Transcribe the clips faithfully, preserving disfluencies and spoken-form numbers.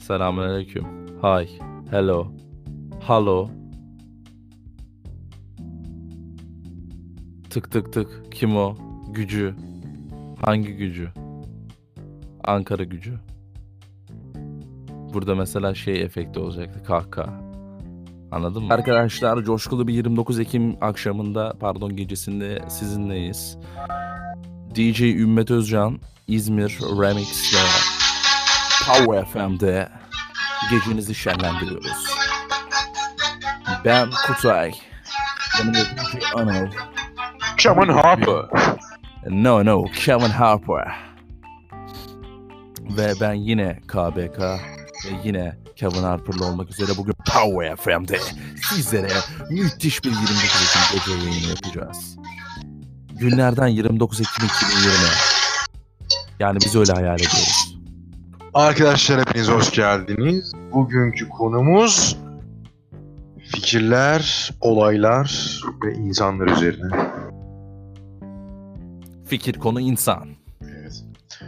Selamünaleyküm. Hi. Hello. Hello. Tık tık tık. Kim o? Gücü. Hangi gücü? Ankara gücü. Burada mesela şey efekti olacaktı. Kahkaha. Anladın mı? Arkadaşlar coşkulu bir yirmi dokuz Ekim akşamında, pardon gecesinde sizinleyiz. D J Ümmet Özcan İzmir Remix'te Power F M'de gecenizi şenlendiriyoruz. Ben Kutay. Yanımda D J Anıl. Kevin Harper. No no, Kevin Harper. Ve ben yine K B K ve yine Kevin Harper'la olmak üzere bugün Power F M'de sizlere müthiş bir yirmi dokuz Ekim gece yayını yapacağız. Günlerden yirmi dokuz Ekim iki bin yirmi. Yani biz öyle hayal ediyoruz. Arkadaşlar hepiniz hoş geldiniz. Bugünkü konumuz fikirler, olaylar ve insanlar üzerine. Fikir konu insan. Evet.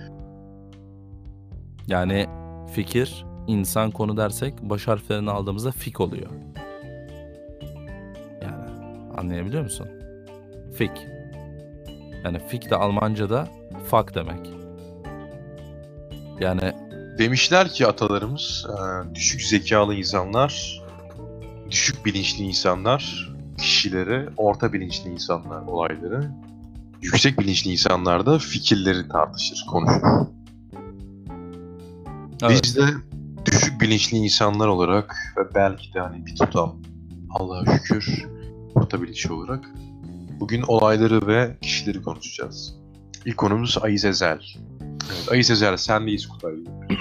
Yani fikir, insan konu dersek baş harflerini aldığımızda fik oluyor. Yani anlayabiliyor musun? Fik. Yani fik de Almanca'da fuck demek. Yani Demişler ki atalarımız, düşük zekalı insanlar, düşük bilinçli insanlar, kişileri, orta bilinçli insanlar, olayları, yüksek bilinçli insanlar da fikirleri tartışır, konuşur. evet. Biz de düşük bilinçli insanlar olarak ve belki de hani bir tutam, Allah'a şükür, orta bilinçli olarak bugün olayları ve kişileri konuşacağız. İlk konumuz Ayı Sezel. Evet, Ayı Sezel, sendeyiz Kutay.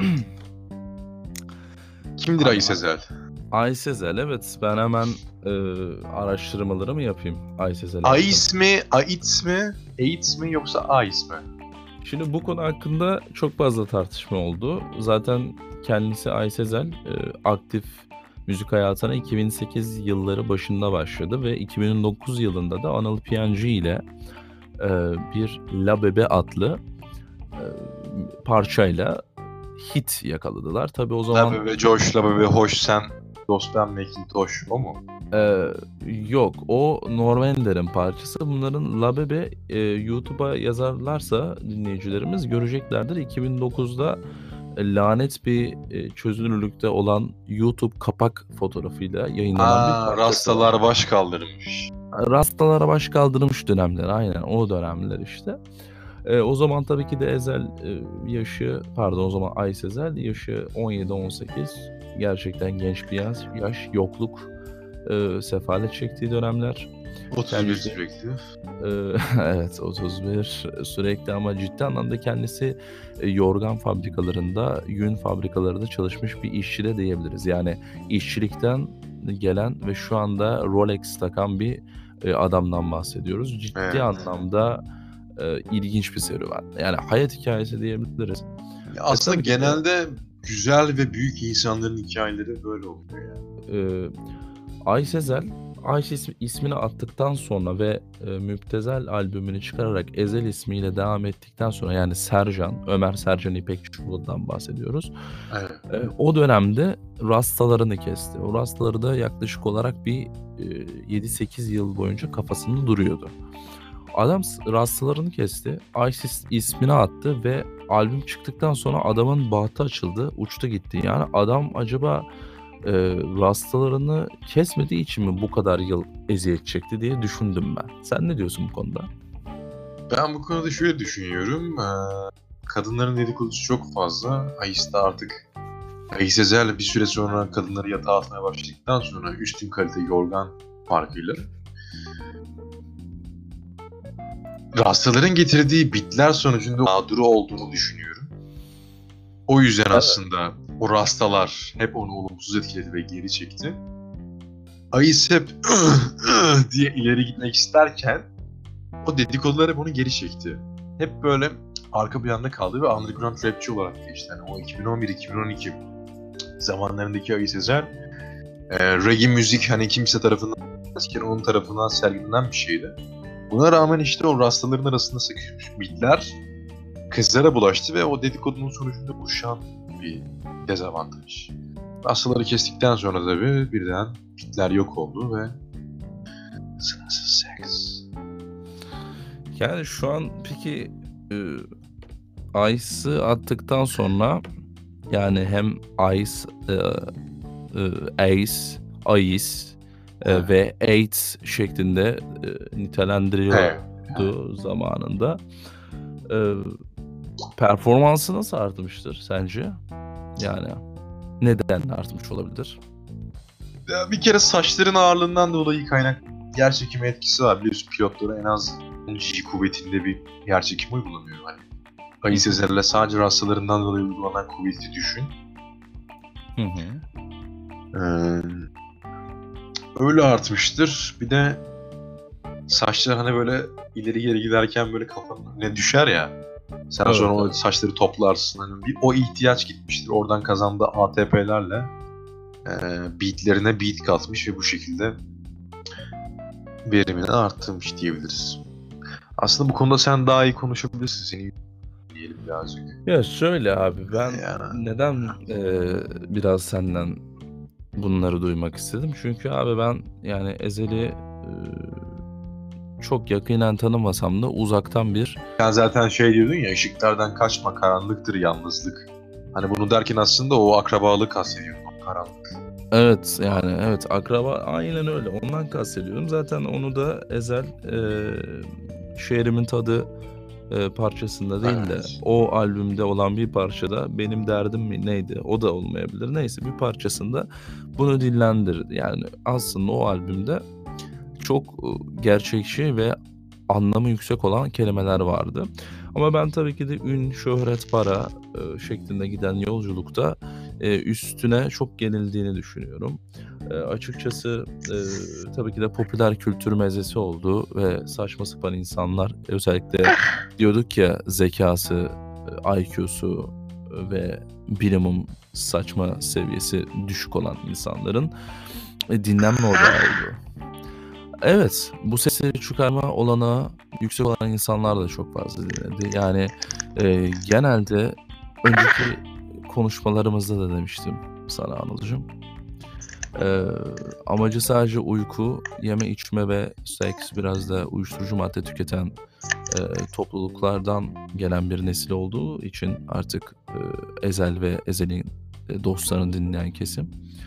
Kimdir Ayı Sezel? Ay Sezel, evet, ben hemen e, araştırmalarımı yapayım Ay Sezel hakkında. Ais mi, Aids mi, AIDS mi yoksa Ais mi? Şimdi bu konu hakkında çok fazla tartışma oldu. Zaten kendisi Ay Sezel e, aktif müzik hayatına iki bin sekiz yılları başında başladı ve iki bin on dokuz yılında da Anıl Piyancı ile e, bir La Bebe adlı e, parçayla hit yakaladılar. Tabii o zaman... La Bebe Josh, La Bebe Hoş, sen Dost Ben Macintosh, o mu? Ee, yok, o Norvender'in parçası. Bunların La Bebe e, YouTube'a yazarlarsa dinleyicilerimiz göreceklerdir. iki bin dokuzda e, lanet bir e, çözünürlükte olan YouTube kapak fotoğrafıyla yayınlanan bir Aa, parçası var. rastalar baş kaldırmış. Rastalara baş kaldırmış dönemler, aynen o dönemler işte. E, o zaman tabii ki de Ezel e, yaşı, pardon o zaman Ay Sezel yaşı on yedi on sekiz, gerçekten genç bir yaş, yaş yokluk, e, sefalet çektiği dönemler. otuz bir Kendisi, sürekli. E, evet otuz bir sürekli, ama ciddi anlamda kendisi e, yorgan fabrikalarında, yün fabrikalarında çalışmış bir işçi de diyebiliriz. Yani işçilikten gelen ve şu anda Rolex takan bir e, adamdan bahsediyoruz. Ciddi Evet. anlamda e, ilginç bir serüven. Yani hayat hikayesi diyebiliriz. Ya aslında E, genelde güzel ve büyük insanların hikayeleri böyle oluyor yani. E, Ay Sezel, Ayşe ismini attıktan sonra ve e, Müptezel albümünü çıkararak Ezel ismiyle devam ettikten sonra, yani Sercan, Ömer Sercan İpekçioğlu'ndan bahsediyoruz. Evet. E, o dönemde rastalarını kesti. O rastaları da yaklaşık olarak bir e, yedi sekiz yıl boyunca kafasında duruyordu. Adam rastalarını kesti, Ayşe ismini attı ve albüm çıktıktan sonra adamın bahtı açıldı, uçtu gitti. Yani adam acaba e, rastalarını kesmediği için mi bu kadar yıl eziyet çekti diye düşündüm ben. Sen ne diyorsun bu konuda? Ben bu konuda şöyle düşünüyorum. Ee, kadınların dedikodusu çok fazla. Ayis de artık Ayı Sezel bir süre sonra kadınları yatağa atmaya başladıktan sonra üstün kalite yorgan farkıyla rastaların getirdiği bitler sonucunda mağduru olduğunu düşünüyorum. O yüzden Evet. aslında o rastalar hep onu olumsuz etkiledi ve geri çekti. Ayis hep diye ileri gitmek isterken o dedikodular hep onu geri çekti. Hep böyle arka planda kaldı ve underground rapçi olarak geçti. Yani o iki bin on bir iki bin on iki zamanlarındaki Ayı Sezer e, reggae müzik hani kimse tarafından onun tarafından sergilenen bir şeydi. Buna rağmen işte o rastaların arasında sıkışmış beatler kızlara bulaştı ve o dedikodunun sonucunda oluşan bir dezavantaj. Rastaları kestikten sonra tabii birden Pitler yok oldu ve sınırsız seks. Yani şu an peki e, Ice'ı attıktan sonra yani hem Ice, e, e, Ace, Ice e, ve AIDS şeklinde e, nitelendiriyordu Evet. zamanında. E, performansı nasıl artmıştır sence? Yani neden artmış olabilir? Ya bir kere saçların ağırlığından dolayı kaynak yer çekimi etkisi var. Biliyorsun pilotlara en az G kuvvetinde bir yer çekimi uygulanıyor. Hani Ayı Sezer'le sadece rastalarından dolayı uygulanan kuvveti düşün. Hı hı. Ee, öyle artmıştır. Bir de saçlar hani böyle ileri geri giderken böyle kafanın önüne düşer ya. Sen Evet, sonra o evet. saçları toplarsın. Hani bir o ihtiyaç gitmiştir. Oradan kazandığı A T P'lerle e, beatlerine beat katmış ve bu şekilde verimini arttırmış diyebiliriz. Aslında bu konuda sen daha iyi konuşabilirsin. Seni diyelim birazcık. Ya şöyle abi ben Yani. neden e, biraz senden bunları duymak istedim. Çünkü abi ben yani Ezel'i e, çok yakinen tanımasam da uzaktan bir... Sen zaten şey diyordun ya, ışıklardan kaçma, karanlıktır yalnızlık. Hani bunu derken aslında o akrabalığı kastediyordun, o karanlık. Evet yani evet akraba aynen öyle ondan kastediyorum. Zaten onu da Ezel e, Şehrimin Tadı e, parçasında değil de Evet. o albümde olan bir parçada Benim Derdim mi neydi o da olmayabilir. Neyse bir parçasında bunu dillendirdi. Yani aslında o albümde çok e, gerçekçi ve anlamı yüksek olan kelimeler vardı. Ama ben tabii ki de ün, şöhret, para e, şeklinde giden yolculukta e, üstüne çok genildiğini düşünüyorum. E, açıkçası e, tabii ki de popüler kültür mezesi oldu ve saçma sapan insanlar özellikle diyorduk ya zekası, e, I Q'su ve bilimum saçma seviyesi düşük olan insanların e, dinlenme odağı oldu. Evet, bu sesleri çıkarma olanağı yüksek olan insanlar da çok fazla dinledi. Yani e, genelde önceki konuşmalarımızda da demiştim sana Anılcığım. E, amacı sadece uyku, yeme içme ve seks, biraz da uyuşturucu madde tüketen e, topluluklardan gelen bir nesil olduğu için artık e, Ezel ve Ezel'in e, dostlarını dinleyen kesim.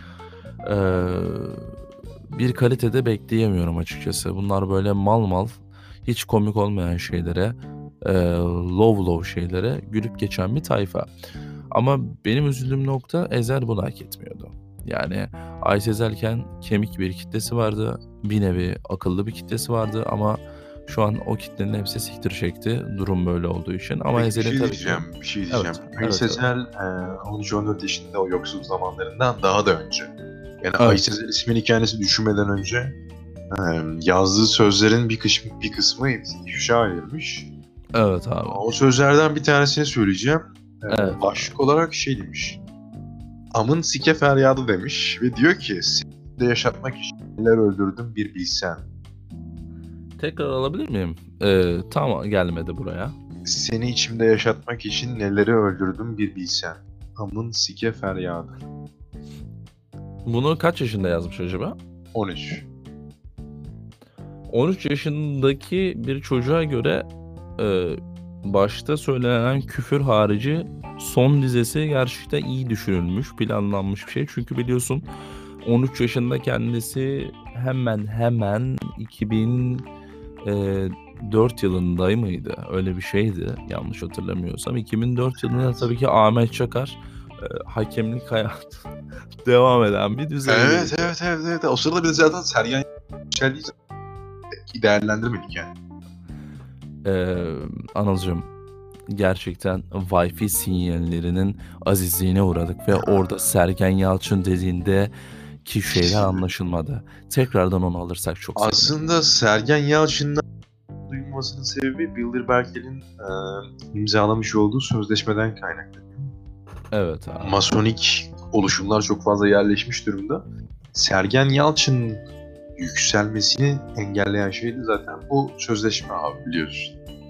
Eee bir kalitede bekleyemiyorum açıkçası. Bunlar böyle mal mal, hiç komik olmayan şeylere, e, love love şeylere gülüp geçen bir tayfa. Ama benim üzüldüğüm nokta Ezel bunu hak etmiyordu. Yani Ayşe Ezelken kemik bir kitlesi vardı. Bir nevi akıllı bir kitlesi vardı ama şu an o kitlenin hepsi siktir çekti. Durum böyle olduğu için. Ama Peki bir Ezel'in şey tabii ki... diyeceğim, bir şey diyeceğim. Evet, Ayı evet, evet. Sezel on üç on dört yaşında o yoksul zamanlarından daha da önce. Yani Ayı Evet, Sezel ismini kendisi düşünmeden önce e, yazdığı sözlerin bir kısmı, bir kısmı ifşa edilmiş. evet abi. O sözlerden bir tanesini söyleyeceğim. E, Evet. başlık olarak şey demiş. Amın sike feryadı demiş ve diyor ki de yaşatmak için neler öldürdüm bir bilsen. Tekrar alabilir miyim? Ee, tam gelmedi buraya. Seni içimde yaşatmak için neleri öldürdüm bir bilsen. Amın sike feryadı. Bunu kaç yaşında yazmış acaba? on üç. on üç yaşındaki bir çocuğa göre e, başta söylenen küfür harici son dizesi gerçekten iyi düşünülmüş, planlanmış bir şey. Çünkü biliyorsun on üç yaşında kendisi hemen hemen iki bin dört yılında mıydı? Öyle bir şeydi yanlış hatırlamıyorsam. iki bin dört yılında tabii ki Ahmet Çakar e, hakemlik hayatı devam eden bir düzeydeydi. Evet evet evet evet. O sırada biz zaten Sergen Yüksel'deyiz. Değerlendirmedik yani. Ee, Anılcığım gerçekten Wi-Fi sinyallerinin azizliğine uğradık ve orada Sergen Yalçın dediğinde ki şeyler anlaşılmadı. Tekrardan onu alırsak çok sevinirim. Aslında Sergen Yalçın'ın duyulmasının sebebi Bilderberg'lerin e, imzalamış olduğu sözleşmeden kaynaklanıyor. Evet abi. Masonik oluşumlar çok fazla yerleşmiş durumda. Sergen Yalçın'ın yükselmesini engelleyen şey de zaten bu sözleşme abi biliyorsun.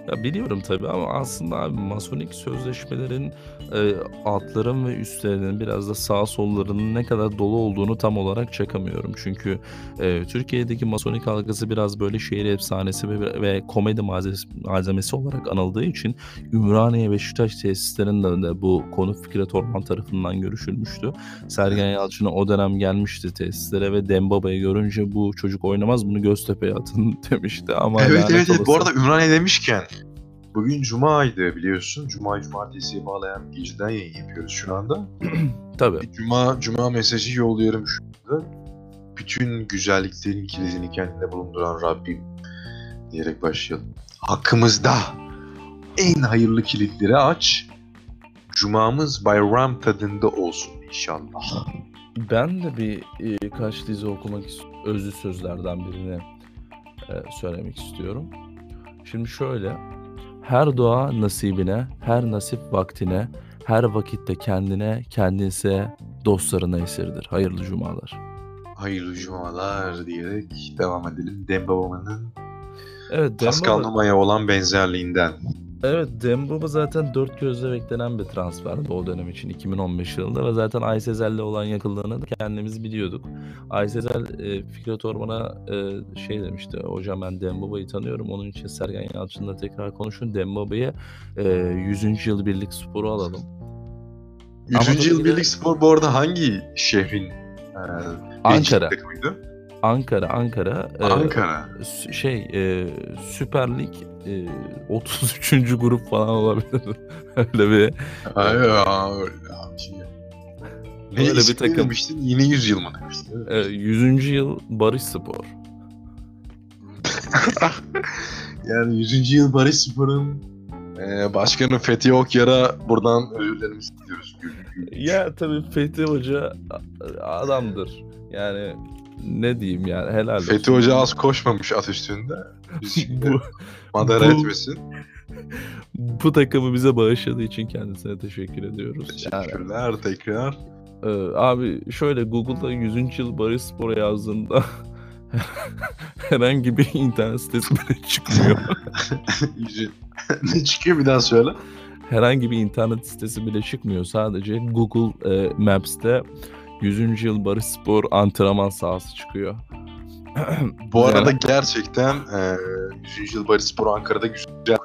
Ya biliyorum tabii ama aslında abi masonik sözleşmelerin e, altların ve üstlerinin biraz da sağ sollarının ne kadar dolu olduğunu tam olarak çakamıyorum. Çünkü e, Türkiye'deki masonik halkası biraz böyle şehir efsanesi ve, ve komedi malzemesi, malzemesi olarak anıldığı için Ümraniye Beşiktaş tesislerinde de bu konu Fikret Orman tarafından görüşülmüştü. Sergen Evet. Yalçın'a o dönem gelmişti tesislere ve Dembaba'yı görünce bu çocuk oynamaz, bunu Göztepe'ye atın demişti ama Evet evet lanet evet. Bu olası. arada Ümraniye demişken bugün Cuma'ydı biliyorsun. Cuma'yı Cumartesi'ye bağlayan geceden yayın yapıyoruz şu anda. Tabii. Bir Cuma, Cuma mesajı yolluyorum şu anda. Bütün güzelliklerin kilidini kendinde bulunduran Rabbim diyerek başlayalım. Hakkımızda en hayırlı kilitleri aç. Cumamız bayram tadında olsun inşallah. Ben de bir e, kaç dizi okumak istiyorum. Özlü sözlerden birini e, söylemek istiyorum. Şimdi şöyle. Her dua nasibine, her nasip vaktine, her vakitte kendine, kendinse dostlarına esirdir. Hayırlı cumalar. Hayırlı cumalar diyerek devam edelim. Dembaba'nın Evet, Pascal Dembaba, Numa'ya olan benzerliğinden. evet Dembaba zaten dört gözle beklenen bir transferdi o dönem için iki bin on beş yılında ve zaten Aysezel'le olan yakınlığını da kendimiz biliyorduk. Aysezel e, Fikret Orman'a e, şey demişti, hocam ben Dembaba'yı tanıyorum, onun için Sergen Yalçın'la tekrar konuşun, Dembaba'yı e, yüzüncü yıl Birlik Spor'u alalım. Ama yüzüncü tabii yıl ki de Birlik Spor bu arada hangi şehrin e, Ankara. birincilik takımıydı? Ankara, Ankara. e, Ankara. sü- şey e, Süper Lig e, otuz üçüncü grup falan olabilir. Öyle bir Ay, e, ya, öyle abi şimdi. Ne öyle bir ismi ne takım. demiştin? Yine yüz yıl mı demiştin? E, yüzüncü yıl Barış Spor. Yani yüzüncü yıl Barış Spor'un e, başkanı Fethi Okyar'a buradan özürlerimizi diliyoruz. Ya tabii Fethi Hoca a- adamdır. Yani ne diyeyim yani, helal olsun. Fethi Hoca az koşmamış at üstünde. Biz şimdi bu, madara bu, etmesin. bu takımı bize bağışladığı için kendisine teşekkür ediyoruz. Yani, Teşekkürler tekrar. e, abi şöyle Google'da yüzüncü yıl Barış Spor'a yazdığında herhangi bir internet sitesi bile çıkmıyor. Yüzü- ne çıkıyor bir daha söyle. Herhangi bir internet sitesi bile çıkmıyor. Sadece Google e, Maps'te yüzüncü yıl Barış Spor antrenman sahası çıkıyor. Bu Yani arada gerçekten e, yüzüncü yıl Barış Spor Ankara'da güzel.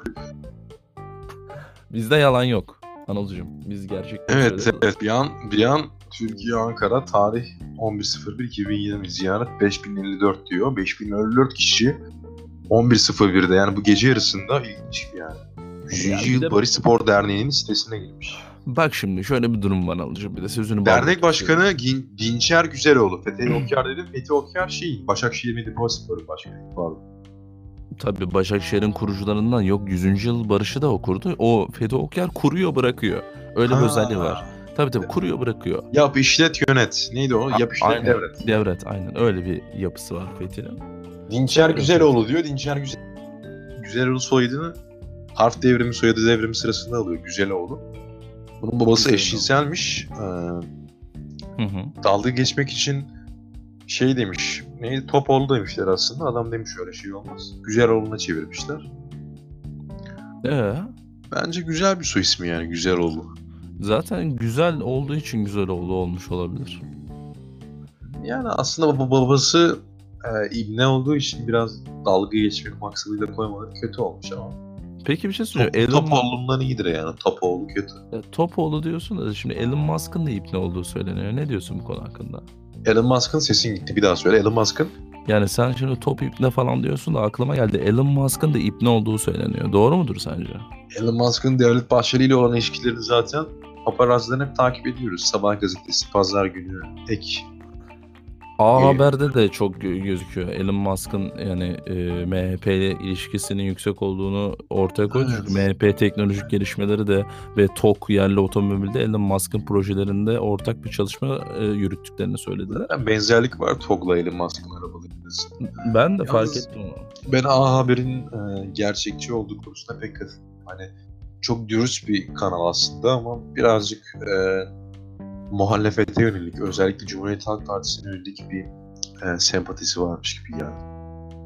bizde yalan yok Anılcığım. Biz gerçekten Evet söylüyoruz. evet bir an bir an Türkiye Ankara tarih on bir sıfır bir iki bin yirmi ziyaret beş bin elli dört diyor. beş bin elli dört kişi on bir sıfır birde yani bu gece yarısında ilginç yani. yüzüncü Yani bir yıl de Barış Spor Derneği'nin sitesine girmiş. bak şimdi şöyle bir durum var Anılcığım. Bir de sözünü Dernek balla Başkanı kesiyorum. Gin- Dinçer Güzeloğlu. Fethi Okyar dedim. Fethi Okyar şey Başakşehir Medipol Başkanı. Pardon. Tabii Başakşehir'in kurucularından yok, yüzüncü yıl Barış'ı da o kurdu. O Fethi Okyar kuruyor bırakıyor. Öyle bir özelliği var. Tabii tabii kuruyor bırakıyor. Yap işlet yönet. Neydi o? Yap işlet Aynen. devret. Devret aynen. Öyle bir yapısı var Fethi'nin. Dinçer Öyle Güzeloğlu diyor. Dinçer Güzel Güzeloğlu soyadını harf devrimi soyadı devrimi sırasında alıyor. Güzeloğlu. Bunun babası Güzeloğlu. eşcinselmiş. Ee, Hı hı. dalga geçmek için şey demiş. Neydi? Topoğlu demişler aslında. Adam demiş öyle şey olmaz. Güzeloğlu'na çevirmişler. Ee, Bence güzel bir soy ismi yani Güzeloğlu. zaten güzel olduğu için güzel oldu olmuş olabilir. Yani aslında baba- babası e, ibne olduğu için biraz dalga geçmek maksadıyla koymaları kötü olmuş ama Peki bir şey top, söyleyeceğim. Elon, Topoğlu'ndan iyidir yani. Topoğlu kötü. e, Topoğlu diyorsun da şimdi Elon Musk'ın da ipne olduğu söyleniyor. Ne diyorsun bu konu hakkında? Elon Musk'ın sesin gitti bir daha söyle. Elon Musk'ın Yani sen şimdi top ipne falan diyorsun da aklıma geldi. Elon Musk'ın da ipne olduğu söyleniyor. Doğru mudur sence? Elon Musk'ın Devlet Bahçeli ile olan ilişkilerini zaten paparazzi'den hep takip ediyoruz. Sabah gazetesi, pazar günü, ek. A Ee, Haber'de de çok gö- gözüküyor. Elon Musk'ın yani e, M H P ile ilişkisinin yüksek olduğunu ortaya koydu. Evet. Çünkü M H P teknolojik gelişmeleri de ve TOG yerli otomobilde Elon Musk'ın projelerinde ortak bir çalışma e, yürüttüklerini söylediler. Zaten benzerlik var TOG'la Elon Musk'ın arabalarında. Ben de fark Yalnız- ettim onu. Ben A Haber'in e, gerçekçi olduğu konusunda pek katılmıyorum. Hani çok dürüst bir kanal aslında ama birazcık e, muhalefete yönelik, özellikle Cumhuriyet Halk Partisi'ne yönelik bir e, sempatisi varmış gibi yani.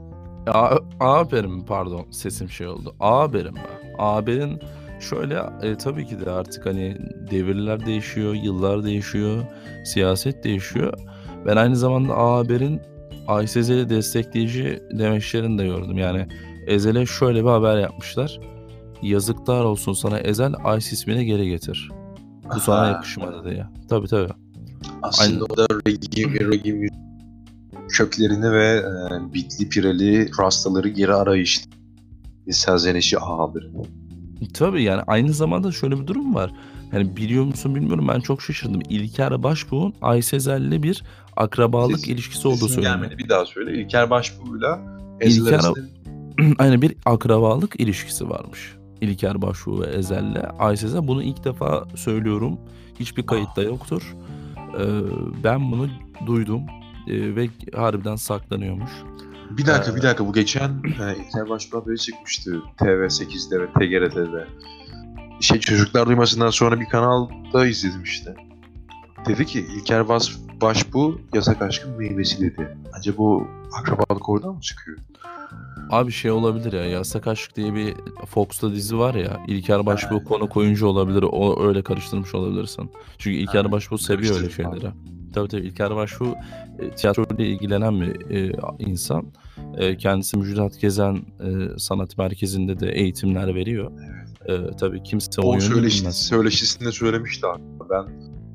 A Ağaberim pardon sesim şey oldu. Ağaberim mi? Ağaberin şöyle e, tabii ki de artık hani devirler değişiyor, yıllar değişiyor, siyaset değişiyor. Ben aynı zamanda Ağaber'in Ays Ezel'i destekleyici demeçlerini de gördüm. Yani Ezel'e şöyle bir haber yapmışlar. Yazıklar olsun sana Ezel, Ays ismini geri getir. Bu sana Ha, yakışmadı diye. Tabii tabii. aslında Aynı. o da reggae, reggae köklerini ve e, bitli pireli rastaları geri arayış. Bir serzenişi ağadır. Tabii yani aynı zamanda şöyle bir durum var. Yani biliyor musun bilmiyorum, ben çok şaşırdım. İlker Başbuğ'un Ays Ezel'le bir akrabalık Sesin, ilişkisi olduğu sesin söyleniyor. gelmedi, bir daha söyle. İlker Başbuğ'yla Ezel İlker arasında aynı bir akrabalık ilişkisi varmış. İlker Başbuğ ve Ezel'le Ays Ezel. Bunu ilk defa söylüyorum. Hiçbir kayıtta yoktur. Ee, ben bunu duydum ee, ve harbiden saklanıyormuş. bir dakika Ee, bir dakika bu geçen e, İlker Başbuğ haberi çıkmıştı T V sekizde ve T G R T'de. Şey, çocuklar duymasından sonra bir kanalda izledim işte. Dedi ki İlker Baş, Başbuğ yasak aşkın meyvesi dedi. Acaba bu akrabalık oradan mı çıkıyor? Abi şey olabilir ya, Yasak Aşk diye bir Fox'ta dizi var ya, İlker Başbuğ Ha, konuk oyuncu olabilir, o öyle karıştırmış olabilirsin. Çünkü İlker ha, Başbuğ seviyor öyle karıştırdım şeyleri. abi. Tabii tabii İlker Başbuğ e, tiyatroyla ilgilenen bir e, insan. E, kendisi Müjdat Gezen e, Sanat Merkezi'nde de eğitimler veriyor. E, tabii kimse o O yönünü söyleşi, bilmez. söyleşisinde söylemişti abi. Ben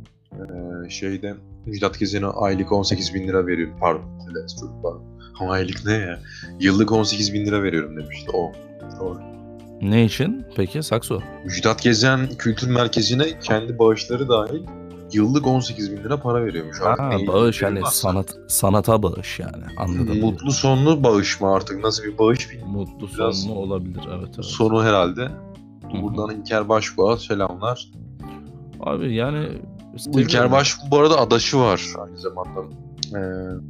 e, şeyde Müjdat Gezen'e aylık on sekiz bin lira veriyorum. Pardon. Çok pardon. Ama aylık ne ya? Yıllık on sekiz bin lira veriyorum demişti. O. Doğru. Ne için? Peki sakso. Müjdat Gezen Kültür Merkezi'ne kendi bağışları dahil yıllık on sekiz bin lira para veriyormuş. Artık Ha, neyi bağış hani verilmezse. sanat sanata bağış yani, anladım. Mutlu sonlu bağış mı artık? Nasıl bir bağış bilmiyorum. Mutlu Biraz sonlu olabilir, evet evet. sonu herhalde. Hı hı. Buradan İlker Başbuğ'a selamlar. Abi yani Bu İlker seviyorum. Başbuğ bu arada adaşı var aynı zamanda. Ee,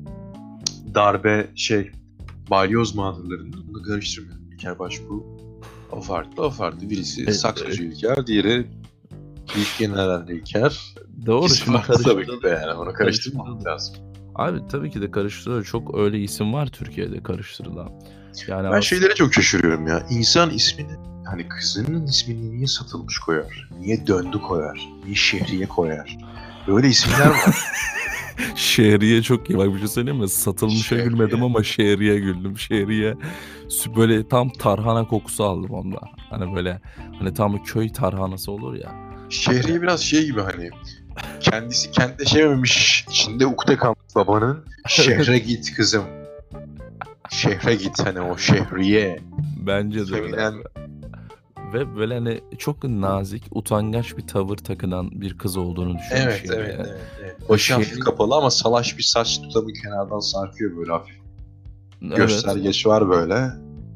darbe şey balyoz mağdurlarında. Bunu karıştırmıyorum. İlker Başbuğ o farklı o farklı. Birisi E, saksocu İlker, diğeri Büyük General İlker. Doğru, İkisi şimdi farklı tabii karıştırıldı. ki de yani. Onu karıştırmamak Karıştırıldı. lazım. Abi tabii ki de karıştırılıyor. Çok öyle isim var Türkiye'de karıştırılan. Yani Ben aslında şeylere çok şaşırıyorum ya. İnsan ismini, hani kızının ismini niye satılmış koyar? Niye döndü koyar? Niye şehriye koyar? Böyle isimler var. Şehriye çok iyi. Bak bir şey söyleyeyim mi? Satılmışa Şehriye. gülmedim ama şehriye güldüm. Şehriye sü- böyle tam tarhana kokusu aldım onda. Hani böyle hani tam köy tarhanası olur ya. Şehriye biraz şey gibi, hani kendisi kentleşememiş, içinde ukde kalmış babanın şehre git kızım. Şehre git, hani o şehriye. Bence de öyle. Feminen. Ve böyle hani çok nazik, utangaç bir tavır takınan bir kız olduğunu düşünüyorum Evet, Şehriye. evet, evet, evet. Başı Şehriye- hafif kapalı ama salaş bir saç tutamı kenardan sarkıyor böyle hafif. Evet. Göstergeç var böyle.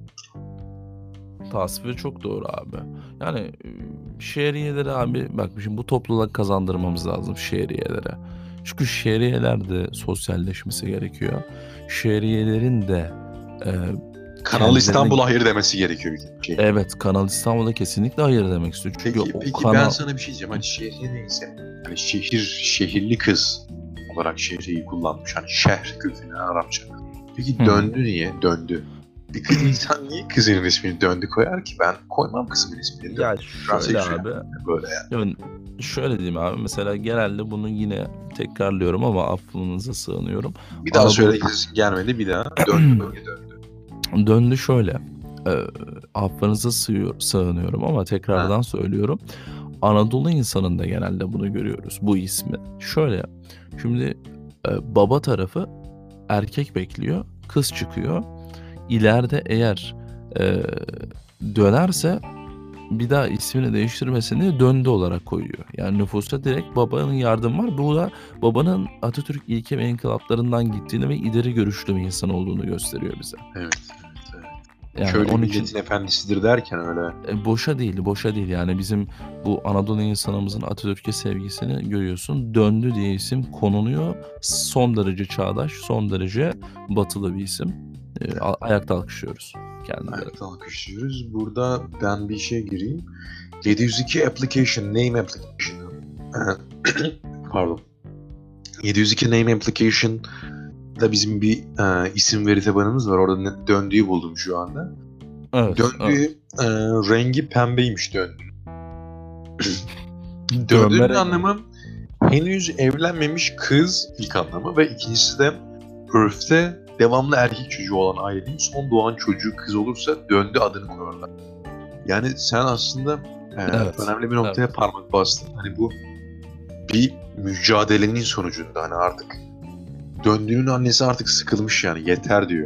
Tasviri çok doğru abi. Yani e, şehriyeleri abi bak şimdi bu topluluğa kazandırmamız lazım şehriyelere. Çünkü şehriyeler de sosyalleşmesi gerekiyor. Şehriyelerin de e, Kanal kendilerine- İstanbul'a hayır demesi gerekiyor bir şey. evet, Kanal İstanbul'a kesinlikle hayır demek istiyor. Çünkü Peki, o peki kanal ben sana bir şey diyeceğim. Hani şehri neyse. Hani şehir, şehirli kız olarak şehriyi kullanmış. Hani şehir kökeni Arapça. Peki Hı. döndü niye? Döndü. Bir kız insan niye kızının ismini döndü koyar ki? Ben koymam kızımın ismini. ya şöyle Fransızca abi. böyle yani. Yani şöyle diyeyim abi, mesela genelde bunu yine tekrarlıyorum ama affınıza sığınıyorum. Bir daha Anadolu- söyle, kesin gelmedi, bir daha. Döndü böyle döndü. Döndü şöyle. E, affınıza sığıyor, sığınıyorum ama tekrardan söylüyorum. Anadolu insanında genelde bunu görüyoruz, bu ismi. Şöyle, şimdi e, baba tarafı erkek bekliyor, kız çıkıyor. İleride eğer e, dönerse bir daha ismini değiştirmesin diye döndü olarak koyuyor. Yani nüfusta direkt babanın yardımı var. Bu da babanın Atatürk ilke ve inkılaplarından gittiğini ve ileri görüşlü bir insan olduğunu gösteriyor bize. Evet. evet. Yani Köylü onun milletin için efendisidir derken öyle. e, boşa değil, boşa değil. Yani bizim bu Anadolu insanımızın Atatürk'e sevgisini görüyorsun. Döndü diye isim konuluyor. Son derece çağdaş, son derece batılı bir isim. E, a- ayakta alkışlıyoruz kendileri. Ayakta alkışlıyoruz. Burada ben bir şey gireyim. yedi yüz iki application, name application. Pardon. yedi yüz iki name application da bizim bir e, isim veri tabanımız var. Orada ne- döndüğü buldum şu anda. Evet. Döndüğü evet. e, rengi pembeymiş döndüğü. Dönme Döndüğünün rengi. anlamı henüz evlenmemiş kız ilk anlamı ve ikincisi de örfte devamlı erkek çocuğu olan ailenin son doğan çocuğu kız olursa döndü adını koyarlar. Yani sen aslında e, Evet. önemli bir noktaya Evet. parmak bastın. Hani bu bir mücadelenin sonucunda hani artık döndüğünün annesi artık sıkılmış yani yeter diyor.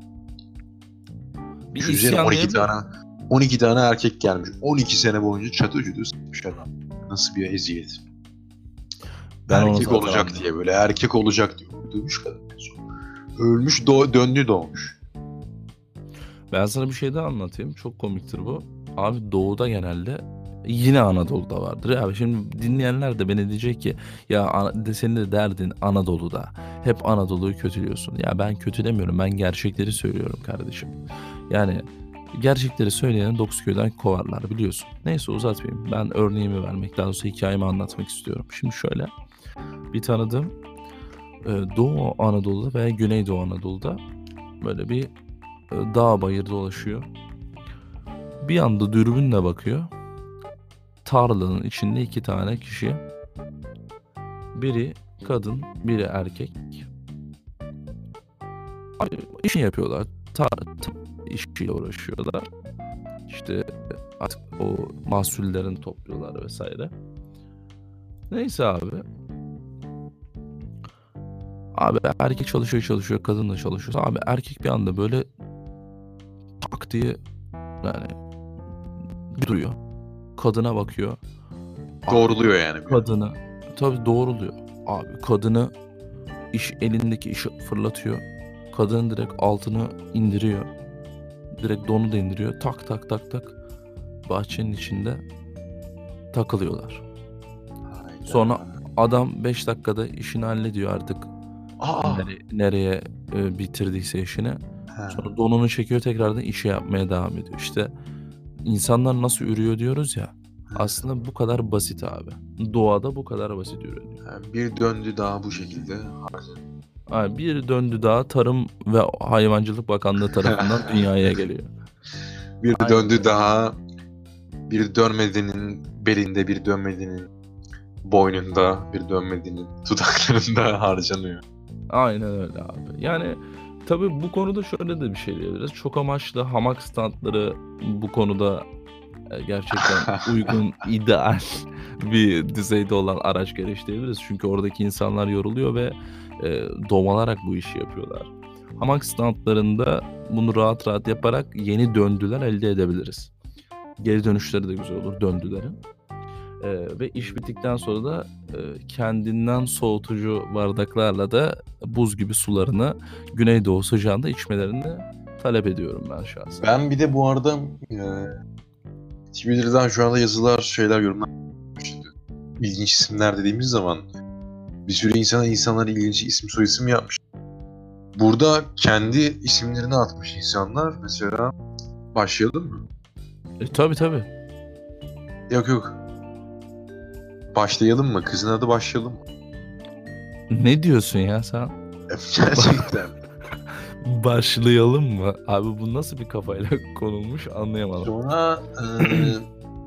Bir Düşünsene isyan on iki diyebilir. tane on iki tane erkek gelmiş. on iki sene boyunca çatı çatı sıkmış adam. Nasıl bir eziyet. Ben onu Erkek zaten olacak anlıyorum. diye böyle erkek olacak diyor. Dövmüş kadın en son. Ölmüş do- döndü doğmuş. Ben sana bir şey daha anlatayım. Çok komiktir bu. Abi doğuda genelde yine Anadolu'da vardır. Abi şimdi dinleyenler de beni diyecek ki ya ana- de senin de derdin Anadolu'da. Hep Anadolu'yu kötülüyorsun. Ya ben kötülemiyorum. Ben gerçekleri söylüyorum kardeşim. Yani gerçekleri söyleyeni dokuz köyden kovarlar biliyorsun. Neyse uzatmayayım. Ben örneğimi vermek, daha doğrusu hikayemi anlatmak istiyorum. Şimdi şöyle bir tanıdığım e, Doğu Anadolu'da veya Güneydoğu Anadolu'da böyle bir e, dağ bayır dolaşıyor. Bir anda dürbünle bakıyor. Tarlanın içinde iki tane kişi. Biri kadın, biri erkek. Abi, işini yapıyorlar. Tar işiyle uğraşıyorlar. İşte artık o mahsullerini topluyorlar vesaire. Neyse abi. Abi erkek çalışıyor çalışıyor, kadın da çalışıyor. Abi erkek bir anda böyle tak diye yani duruyor. Kadına bakıyor. Abi Doğruluyor yani. Bir. kadını tabii doğruluyor. Abi kadını iş elindeki işi fırlatıyor. Kadın direkt altını indiriyor. Direkt donu da indiriyor. Tak tak tak tak. Bahçenin içinde takılıyorlar. Hayda. Sonra adam beş dakikada işini hallediyor artık. Aa. Nereye, nereye e, bitirdiyse işini. Ha. Sonra donunu çekiyor tekrardan işe yapmaya devam ediyor. İşte insanlar nasıl ürüyor diyoruz ya. Aslında bu kadar basit abi. Doğada bu kadar basit ürünüyor. Ha, bir döndü daha bu şekilde. Yani bir döndü daha Tarım ve Hayvancılık Bakanlığı tarafından dünyaya geliyor. Bir Aynen. döndü daha. Bir dönmediğinin belinde, bir dönmediğinin boynunda, bir dönmediğinin dudaklarında harcanıyor. Aynen öyle abi. Yani tabii bu konuda şöyle de bir şey diyebiliriz. Çok amaçlı hamak standları bu konuda e, gerçekten uygun, ideal bir düzeyde olan araç gereç diyebiliriz. Çünkü oradaki insanlar yoruluyor ve e, domalarak bu işi yapıyorlar. Hamak standlarında bunu rahat rahat yaparak yeni döndüler elde edebiliriz. Geri dönüşleri de güzel olur döndülerin. Ee, ve iş bittikten sonra da e, kendinden soğutucu bardaklarla da buz gibi sularını Güneydoğu sıcağında içmelerini talep ediyorum ben şahsen. Ben bir de bu arada e, Twitter'dan şu anda yazılar, şeyler, yorumlar yapmıştı. İlginç isimler dediğimiz zaman bir sürü insana insanlar ilginç isim soyisim yapmış. Burada kendi isimlerini atmış insanlar. Mesela başlayalım mı? E, tabii tabii. Yok yok. Başlayalım mı? Kızın adı başlayalım mı? Ne diyorsun ya sen? Gerçekten. Başlayalım mı? Abi bu nasıl bir kafayla konulmuş anlayamadım. Sonra eee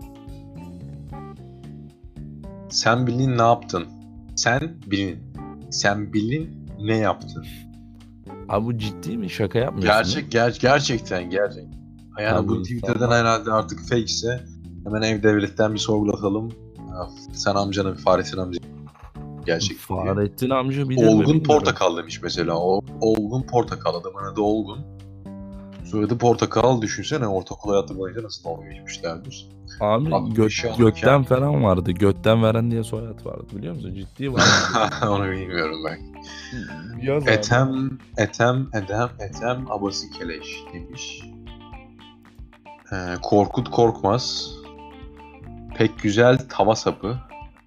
sen bilin ne yaptın? Sen bilin. Sen bilin ne yaptın? Abi bu ciddi mi? Şaka yapmıyorsun değil mi? Gerçek, ger gerçekten gerçek. Yani Abi bu Twitter'dan insanlar- herhalde artık fake ise hemen ev devletten bir sorgulatalım. Ya, sen amcanın Fahrettin amca gerçek diye. Fahrettin amca bilir mi Olgun bilmiyorum. Portakal demiş mesela. O, Olgun Portakal, adamın adı Olgun. Soyadı Portakal, düşünsene ortaokul hayatı boyunca nasıl dalga geçmişlerdir. Abi Bak, gö- işi alırken- gökten falan vardı. Gökten veren diye soyad vardı biliyor musun? Ciddi var. Onu bilmiyorum ben. Yaz abi. Etem, etem, edem, etem, abası keleş demiş. Ee, Korkut Korkmaz. Pek güzel tava sapı.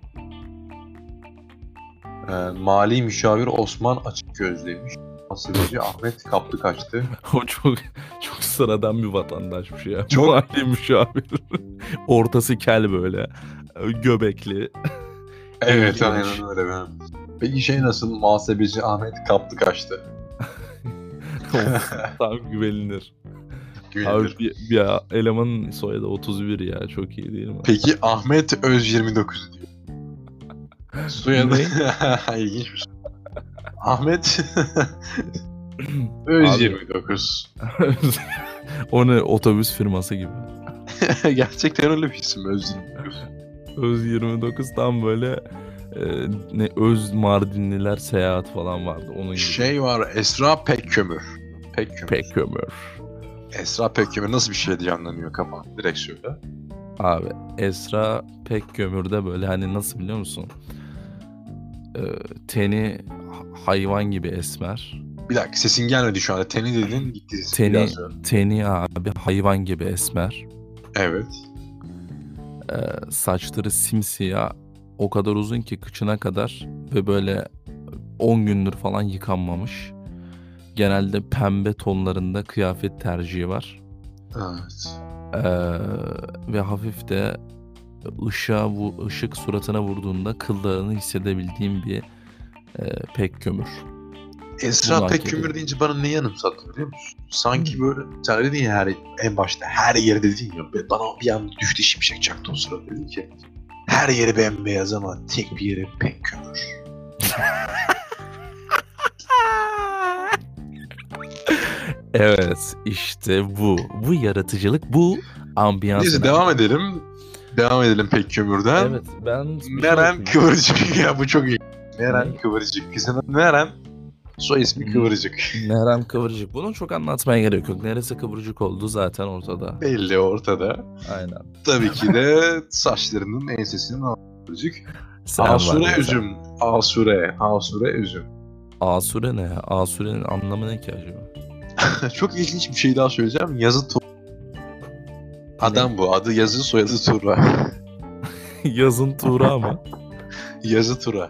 Ee, mali müşavir Osman Açıkgöz demiş. Asırcı Ahmet Kaplı kaçtı. O çok çok sıradan bir vatandaşmış ya. Çok- Mali müşavir. Ortası kel böyle. Göbekli. Evet, İlginç. aynen öyle ben. Peki şey nasıl? Muhasebeci Ahmet Kaplı kaçtı. Of, tam güvenilir. Abi Güvenilir. bir, bir elemanın soyadı otuz bir ya. Çok iyi değil mi? Peki Ahmet Öz yirmi dokuz diyor. Soyadı ilginç bir soru. Ahmet Öz Abi yirmi dokuz. o ne, otobüs firması gibi. Gerçekten öyle bir isim Öz yirmi dokuz. Öz yirmi dokuz tam böyle e, ne Öz Mardinliler seyahat falan vardı onun gibi. Şey var, Esra Pekkömür. Pekkömür. Pekkömür. Esra Pekkömür nasıl bir şey canlanıyor kafamda? Direkt söyle. Abi Esra Pekkömür'de böyle hani nasıl biliyor musun? E, teni hayvan gibi esmer. Bir dakika, sesin gelmedi şu anda. Teni dedin, gitti sesin. Teni Biraz söyle. teni abi hayvan gibi esmer. Evet. E, saçları simsiyah. O kadar uzun ki kıçına kadar ve böyle on gündür falan yıkanmamış. Genelde pembe tonlarında kıyafet tercihi var. Evet. Ee, ve hafif de ışığa, vu- ışık suratına vurduğunda kıllarını hissedebildiğim bir e, Pekkömür. Esra Bunu hak Pekkömür ediyor. deyince bana ne yanımsattı biliyor musun? Sanki Hı. böyle, sen dedin ya her, en başta her yeri dedin ya. Bana bir an düştü şimşek çaktı o sırada, dedin ki her yeri bembeyaz ama tek bir yeri Pekkömür. Evet, işte bu. Bu yaratıcılık, bu ambiyans. Neyse önemli. devam edelim. Devam edelim Pekkömür'den. Evet, ben bir şey Neren okuyayım. Kıvırcık ya, bu çok iyi. Neren Ne? Kıvırcık. Kızının Neren, soy ismi Hmm. Kıvırcık. Neren Kıvırcık. Bunu çok anlatmaya gerek yok. Neresi kıvırcık olduğu zaten ortada. Belli ortada. Aynen. Tabii ki de saçlarının ensesinin Kıvırcık. Sen var Asure ya sen. üzüm. Asure. Asure üzüm. Asure ne ya? Asure'nin anlamı ne ki acaba? Çok ilginç bir şey daha söyleyeceğim. Yazı Tur. Adam bu. Adı Yazı, soyadı Tura. Yazın Tuğra mı? Yazı Tura.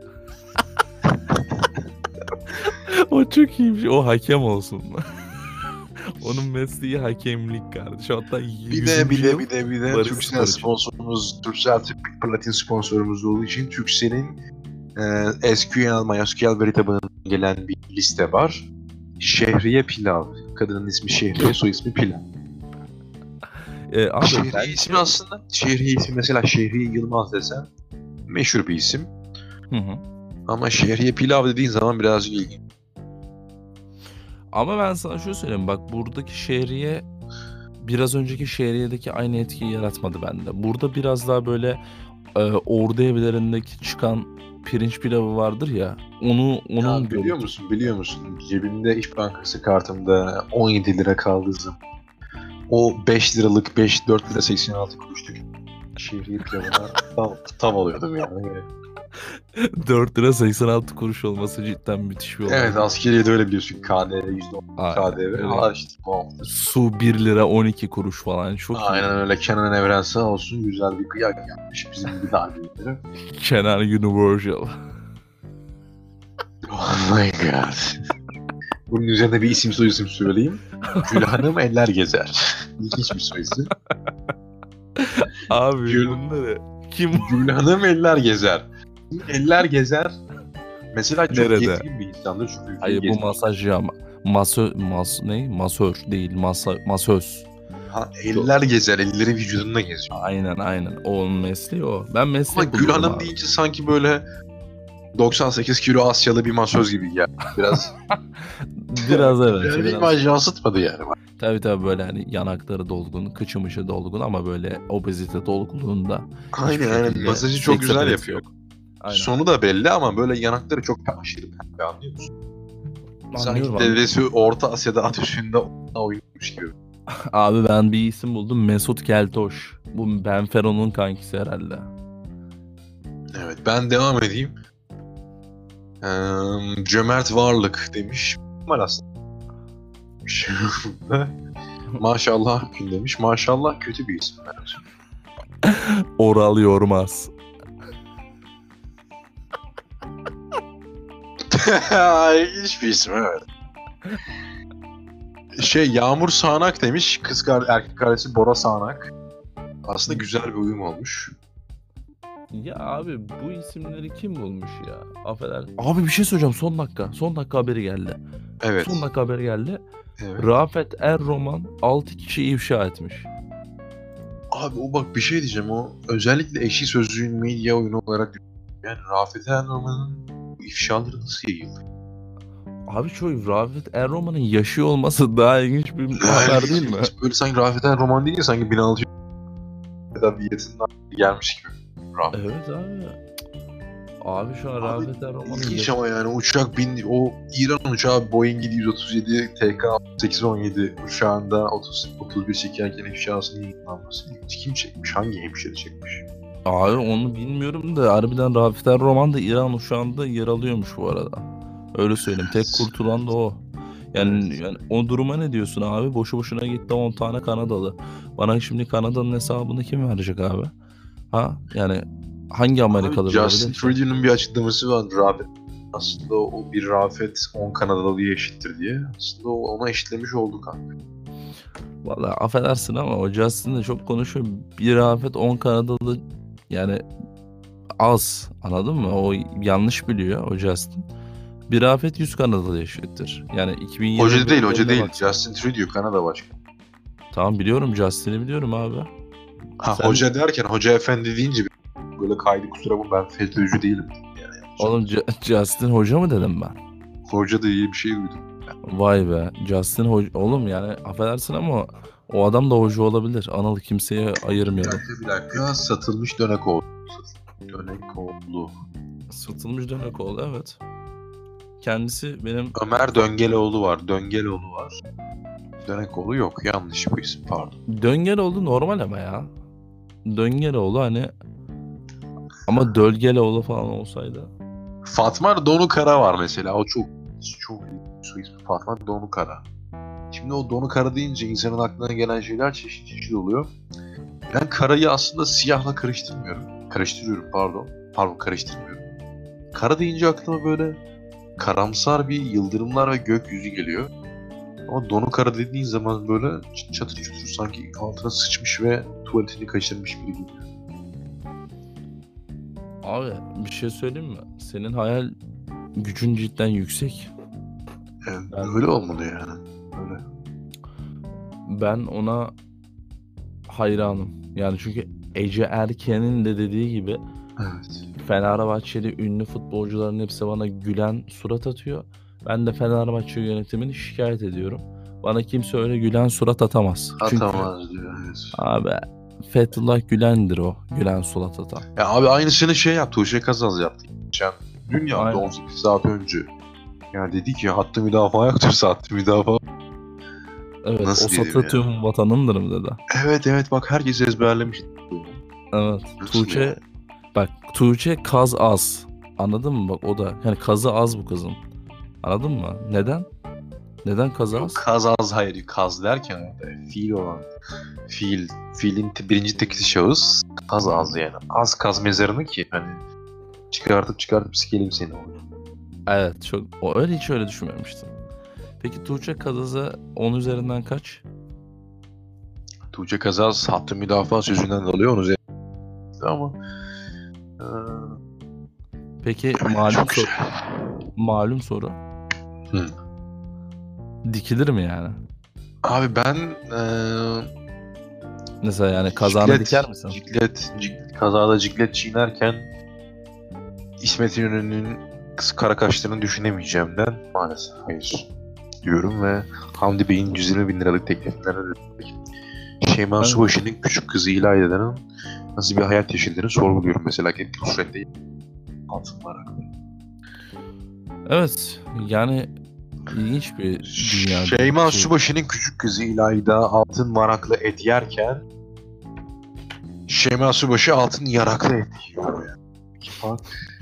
O çok iyiymiş. O hakem olsun. Onun mesleği hakemlik kardeşim. Hatta Bir de bir de bir de bir de Barış Turkcell Sporcu. sponsorumuz, Turkcell Türk Platin sponsorumuz olduğu için Turkcell'in e, S Q L, MySQL veri tabanından gelen bir liste var. Şehriye Pilav. Kadının ismi Şehriye, soy ismi Pilav. Ee, abi Şehriye ben... ismi aslında, Şehriye ismi mesela Şehriye Yılmaz desen meşhur bir isim. Hı hı. Ama Şehriye Pilav dediğin zaman birazcık ilginç. Ama ben sana şunu söyleyeyim. Bak buradaki şehriye biraz önceki şehriyedeki aynı etkiyi yaratmadı bende. Burada biraz daha böyle e, ordu evlerindeki çıkan pirinç pilavı vardır ya. Onu onun Ya biliyor görüntü- musun, biliyor musun? Cebimde İş Bankası kartımda on yedi lira kaldığı zaman o beş liralık, beş dört lira seksen altı kuruşluk şehriye pilavına tam, tam alıyordum yani. dört lira seksen altı kuruş olması cidden müthiş bir olay. Evet, askeriyede öyle biliyorsun. K D V, yüzde on Aynen, K D V. öyle. Ha işte bu hafta. Su bir lira on iki kuruş falan. Çok iyi. Aynen öyle. Kenan Evren sağ olsun güzel bir kıyak yapmış bizim bir tane. Kenan Universal. Oh my god. Bunun üzerine bir isim soy isim söyleyeyim. Gül Hanım Eller Gezer. İlginç bir soy isim. Abi Gül- bunları kim Gül Hanım Eller Gezer. Eller Gezer mesela çok Nerede? gezgin bir insandır. Çok ülkeyi Hayır bu gezmiş. masajcı ama. Masö, mas, ne? Masör değil. Masa, masöz. Ha, eller gezer, elleri vücudunda geziyor. Aynen aynen. O onun mesleği o. Ben meslek Ama Gül buluyorum Hanım abi. deyince sanki böyle doksan sekiz kilo Asyalı bir masöz gibi ya. Biraz Biraz evet. yani biraz. imaj yansıtmadı yani. Tabii tabii böyle hani yanakları dolgun, kıçımışı dolgun ama böyle obezite dolgunluğunda. Aynen hiçbir aynen. şekilde Masajı çok seks güzel apelesi yapıyor. yok. Aynen. Sonu da belli ama böyle yanakları çok aşırı pembe, anlıyor musun? Sanki Anlıyorum, dedesi Orta Asya'da at üstünde oynamış gibi. Abi ben bir isim buldum. Mesut Keltoş. Bu Benfero'nun kankisi herhalde. Evet, ben devam edeyim. Ee, Cömert Varlık demiş. Var aslında. Maşallah gün demiş. Maşallah kötü bir isim bence. Oral Yormaz. İlginç bir isim, evet. Şey, Yağmur Sağanak demiş. Kız kar erkek kardeşi Bora Sağanak. Aslında güzel bir uyum olmuş. Ya abi bu isimleri kim bulmuş ya? Affedersin. Abi bir şey söyleyeceğim, son dakika. Son dakika haberi geldi. Evet. Son dakika haberi geldi. Evet. Rafet Er-Roman altı kişi ifşa etmiş. Abi o bak bir şey diyeceğim, o özellikle Ekşi Sözlüğün medya oyunu olarak yani Rafet Er-Roman'ın bu ifşaları nasıl yayıldı? Abi çoğu Rafet Er-Roman'ın yaşıyor olması daha ilginç bir haber değil mi? Böyle sanki Rafet Er-Roman değil ya, sanki bin altı yüz edebiyatından gelmiş gibi. Rafet. Evet abi. Abi şu an Abi, Rafet Er-Roman'ın İlginç yaşı... ama yani uçak bin, o İran uçağı Boeing yedi yüz otuz yedi T K sekiz on yedi uçağında otuz otuz bir çekerken ifşasının yayınlanması kim çekmiş? Hangi hemşire çekmiş? Abi onu bilmiyorum da harbiden Rafet Er-Roman da İran uçağında yer alıyormuş bu arada. Öyle söyleyeyim. Tek kurtulan da o. Yani, Evet. yani o duruma ne diyorsun abi? Boşu boşuna gitti on tane Kanadalı. Bana şimdi Kanada'nın hesabını kim verecek abi? Ha? Yani hangi Amerikalı Abi, Justin verebilir ki? Trudeau'nun bir açıklaması var. Rafet aslında o bir Rafet on Kanadalı'ya eşittir diye. Aslında o ona eşitlemiş olduk abi. Vallahi affedersin ama o Justin de çok konuşuyor. Bir Rafet on Kanadalı yani az. Anladın mı? O yanlış biliyor o Justin. Bir Rafet yüz Kanadalı eşittir. Yani iki bin yirmi Hoca değil, hoca değil. bak. Justin Trudeau Kanada başkanı. Tamam biliyorum, Justin'i biliyorum abi. Ha, Sen... hoca derken hoca efendi deyince böyle kaydı, kusura bakma ben FETÖ'cü değilim. Yani, Oğlum J- Justin hoca mı dedim ben? Hoca da iyi bir şey duydum. Vay be. Justin hoca. Oğlum yani affedersin ama o adam da hoca olabilir. Anıl kimseye Bir ayırmayalım. dakika bir dakika. Satılmış dönek oldu. Dönek oldu. Satılmış dönek oldu, evet. Kendisi benim... Ömer Döngeloğlu var. Döngeloğlu var. Dönekoğlu yok. Yanlış bu isim, pardon. Döngeloğlu normal ama ya. Döngeloğlu hani... Ama Dölgeloğlu falan olsaydı. Fatma Donukara var mesela. O çok çok su ismi. Fatma Donukara. Şimdi o Donukara deyince insanın aklına gelen şeyler çeşit çeşit oluyor. Ben karayı aslında siyahla karıştırmıyorum. Karıştırıyorum pardon. Pardon karıştırmıyorum. Kara deyince aklıma böyle karamsar bir yıldırımlar ve gökyüzü geliyor. Ama Donukara dediğin zaman böyle çatır çutur sanki altına sıçmış ve tuvaletini kaçırmış gibi geliyor. Abi bir şey söyleyeyim mi? Senin hayal gücün cidden yüksek. Yani Ben- öyle olmalı yani. Öyle. Ben ona hayranım. Yani çünkü Ece Erken'in de dediği gibi Evet. Fenerbahçeli ünlü futbolcuların hepsi bana gülen surat atıyor. Ben de Fenerbahçe yönetimini şikayet ediyorum. Bana kimse öyle gülen surat atamaz. Çünkü Atamaz diyor, evet. abi Fethullah Gülen'dir o gülen surat atan. Ya abi aynısını şey yaptı. Tuğçe Kazaz yaptı. Geçen dün yaptı, Aynen. on sekiz saat önce. Yani dedi ki hattı müdafaa yoktur, hattı müdafaa. Evet, Nasıl o diyeyim satı ya? tüm vatanındır mı dedi. Evet evet bak herkes ezberlemiş. Evet. Nasıl Tuğçe ya? bak Tuğçe kaz az. Anladın mı? Bak o da yani kazı az bu kızın. Anladın mı? Neden? Neden kazı Yok, az? kaz az, hayır. Kaz derken orada fiil olan. Fiil. Fiilin te- birinci tekisi şahıs. Kaz az yani. Az kaz mezarını ki hani çıkartıp çıkartıp sikelim seni orada. Evet, çok o öyle hiç öyle düşünmemiştim. Peki Tuğçe Kazaz'a on üzerinden kaç? Tuğçe Kazaz hattı müdafaa sözünden alıyor onu üzerine. Ama eee, Peki malum çok soru. güzel. Malum soru. Hı. Dikilir mi yani? Abi ben eee Mesela yani kazağını ciklet, diker misin? Ciklet, ciklet, kazada ciklet çiğnerken İsmet İnönü'nün kız kara kaşlarını düşünemeyeceğimden maalesef hayır diyorum ve Hamdi Bey'in yüz yirmi bin liralık teklifinden ödülmek. Şeyma Ben- Subaşı'nın küçük kızı İlayda'nın nasıl bir hayat yaşadığını sorguluyorum mesela ki Nusret'te altınlar hakkında. Evet, yani ilginç bir dünya. Şeyma Şey- Subaşı'nın küçük kızı İlayda altın varaklı et yerken Şeyma Subaşı altın yaraklı et yiyor yani. Bak.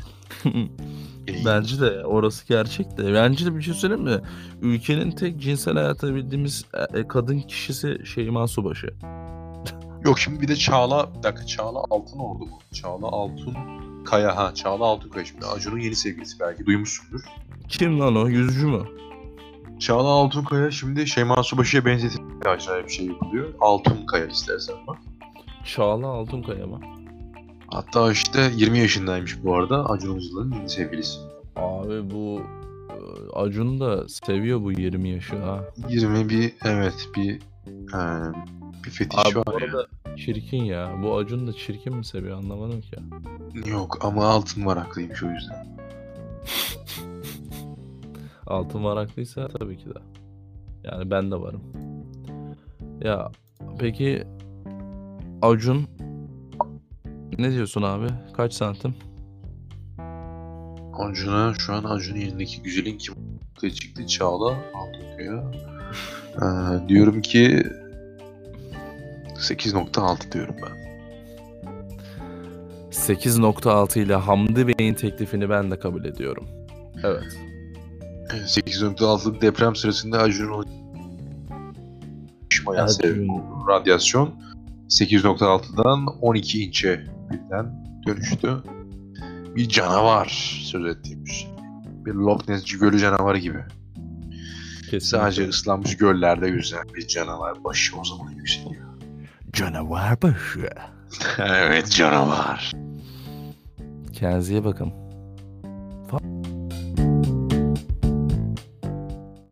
Bence de orası gerçek de. Bence de bir şey söyleyeyim mi? Ülkenin tek cinsel hayata bildiğimiz e, kadın kişisi Şeyma Subaşı. Yok şimdi bir de Çağla, bir dakika Çağla Altınordu mu? Çağla Altun Kaya, ha Çağla Altun Kaya şimdi Acun'un yeni sevgilisi, belki duymuşsundur. Kim lan o? Yüzücü mü? Çağla Altun Kaya şimdi Şeyma Subaşı'ya benzetilmiş acayip bir şey yapılıyor. Altun Kaya istersen bak. Çağla Altunkaya mı? Hatta işte yirmi yaşındaymış bu arada Acun Ilıcalı'nın yeni sevgilisi. Abi bu e, Acun da seviyor bu yirmi yaşı ha. yirmi bir evet bir e, bir fetiş Abi var bu ya. arada çirkin ya. Bu Acun da çirkin mi seviyor anlamadım ki. Yok ama altın varaklıymış o yüzden. Altın varaklıysa tabii ki de. Yani ben de varım. Ya peki Acun ne diyorsun abi? Kaç santim? Acun'a şu an Acun'un yerindeki güzelin kim ortaya çıktı? Çağla Altınkaya. Ee, diyorum ki sekiz nokta altı diyorum ben. sekiz nokta altı ile Hamdi Bey'in teklifini ben de kabul ediyorum. Evet. sekiz nokta altılık deprem sırasında Acun'un ulaşmayan sebep Acun. radyasyon sekiz nokta altıdan on iki inçe birden dönüştü. Bir canavar söz ettiğimiz. Bir Loch Ness gölü canavarı gibi. Kesinlikle. Sadece ıslanmış göllerde yüzen bir canavar başı o zaman yükseliyor. Canavar başı. Evet canavar. Kendinize iyi bakın.